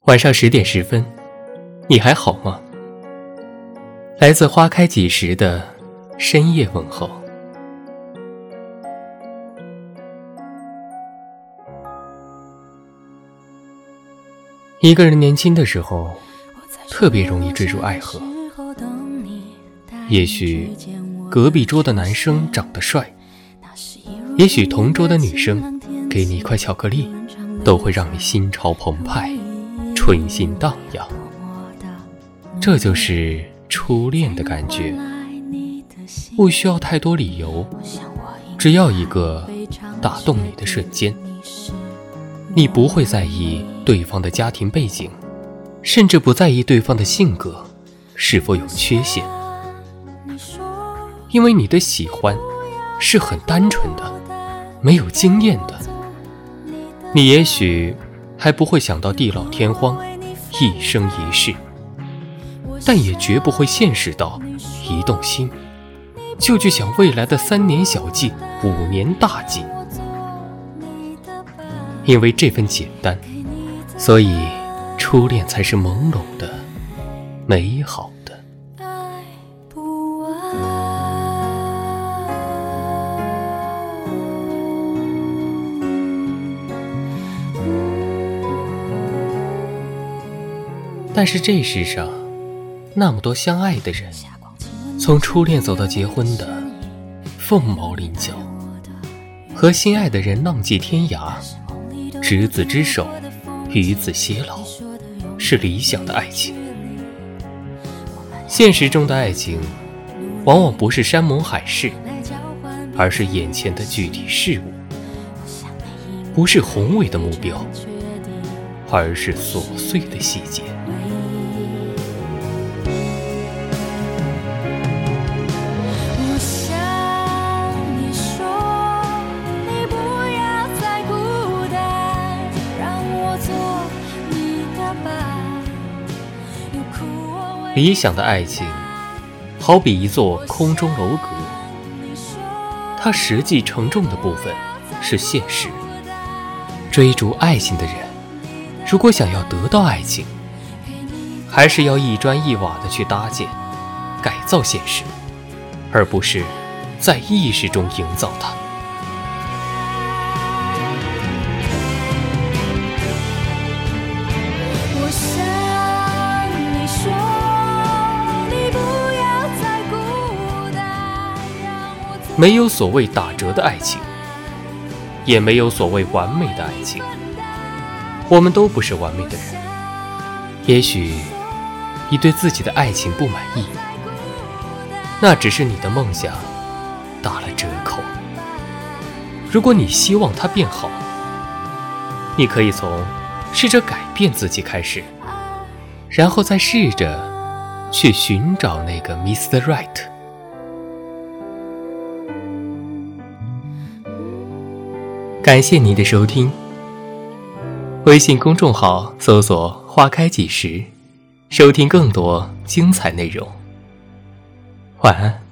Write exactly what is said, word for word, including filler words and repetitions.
晚上十点十分，你还好吗？来自花开几时的深夜问候。一个人年轻的时候，特别容易坠入爱河。也许隔壁桌的男生长得帅，也许同桌的女生给你一块巧克力，都会让你心潮澎湃，春心荡漾。这就是初恋的感觉，不需要太多理由，只要一个打动你的瞬间。你不会在意对方的家庭背景，甚至不在意对方的性格是否有缺陷，因为你的喜欢是很单纯的，没有经验的。你也许还不会想到地老天荒，一生一世，但也绝不会现实到一动心就去想未来的三年小计，五年大计。因为这份简单，所以初恋才是朦胧的、美好的。但是这世上那么多相爱的人，从初恋走到结婚的凤毛麟角，和心爱的人浪迹天涯，执子之手，与子偕老，是理想的爱情。现实中的爱情往往不是山盟海誓，而是眼前的具体事物，不是宏伟的目标，而是琐碎的细节。理想的爱情好比一座空中楼阁，它实际承重的部分是现实。追逐爱情的人，如果想要得到爱情，还是要一砖一瓦地去搭建改造现实，而不是在意识中营造它。没有所谓打折的爱情，也没有所谓完美的爱情。我们都不是完美的人。也许你对自己的爱情不满意，那只是你的梦想打了折扣。如果你希望它变好，你可以从试着改变自己开始，然后再试着去寻找那个 Mister Right。感谢您的收听，微信公众号搜索花开几时，收听更多精彩内容。晚安。